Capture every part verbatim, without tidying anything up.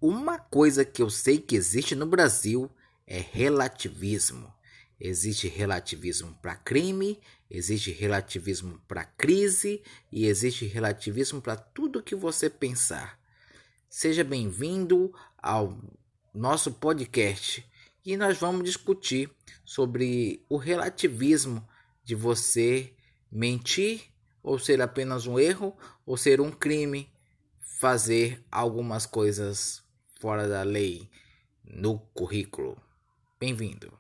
Uma coisa que eu sei que existe no Brasil é relativismo. Existe relativismo para crime, existe relativismo para crise e existe relativismo para tudo que você pensar. Seja bem-vindo ao nosso podcast e nós vamos discutir sobre o relativismo de você mentir ou ser apenas um erro ou ser um crime, fazer algumas coisas fora da lei no currículo. Bem-vindo.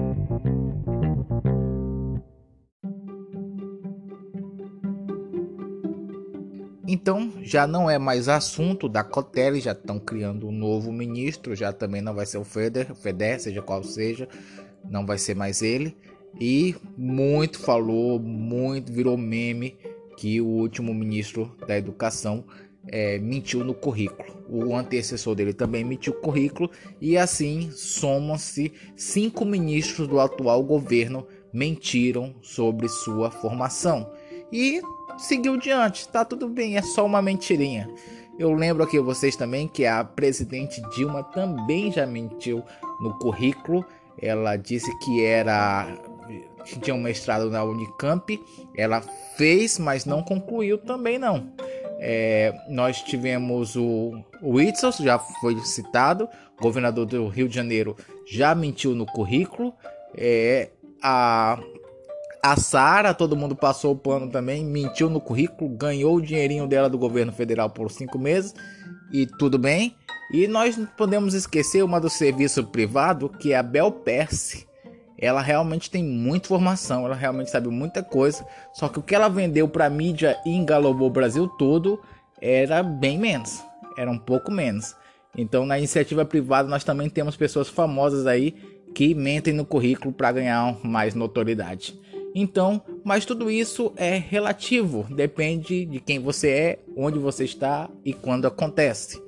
Então, já não é mais assunto da Cotelli, já estão criando um novo ministro, já também não vai ser o Feder, o Feder, seja qual seja, não vai ser mais ele. E muito falou, muito virou meme que o último ministro da Educação é, mentiu no currículo. O antecessor dele também mentiu o currículo e assim somam-se cinco ministros do atual governo mentiram sobre sua formação. E seguiu diante, tá tudo bem, é só uma mentirinha. Eu lembro aqui vocês também que a presidente Dilma também já mentiu no currículo. Ela disse que era que tinha um mestrado na Unicamp, ela fez, mas não concluiu também não. É, nós tivemos o, o Whitson, já foi citado, governador do Rio de Janeiro, já mentiu no currículo. É, a A Sara, todo mundo passou o pano também, mentiu no currículo, ganhou o dinheirinho dela do governo federal por cinco meses e tudo bem. E nós não podemos esquecer uma do serviço privado, que é a Bel Percy. Ela realmente tem muita formação, ela realmente sabe muita coisa, só que o que ela vendeu para a mídia e engalobou o Brasil todo era bem menos, era um pouco menos. Então na iniciativa privada nós também temos pessoas famosas aí que mentem no currículo para ganhar mais notoriedade. Então, mas tudo isso é relativo, depende de quem você é, onde você está e quando acontece.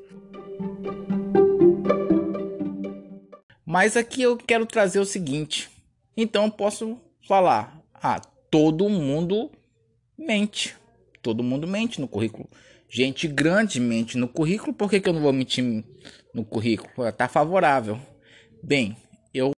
Mas aqui eu quero trazer o seguinte, então eu posso falar, ah, todo mundo mente, todo mundo mente no currículo. Gente grande mente no currículo, por que que eu não vou mentir no currículo? Está favorável. Bem, eu...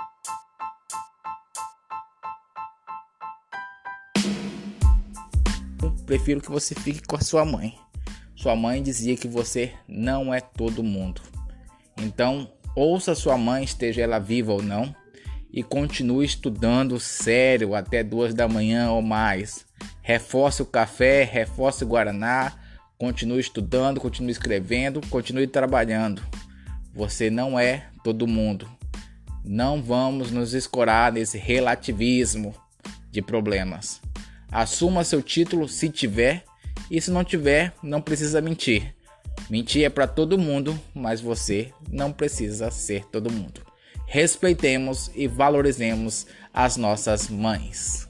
prefiro que você fique com a sua mãe. Sua mãe dizia que você não é todo mundo. Então, ouça sua mãe, esteja ela viva ou não, e continue estudando sério até duas da manhã ou mais. Reforce o café, reforce o guaraná, continue estudando, continue escrevendo, continue trabalhando. Você não é todo mundo. Não vamos nos escorar nesse relativismo de problemas. Assuma seu título se tiver, e se não tiver, não precisa mentir. Mentir é para todo mundo, mas você não precisa ser todo mundo. Respeitemos e valorizemos as nossas mães.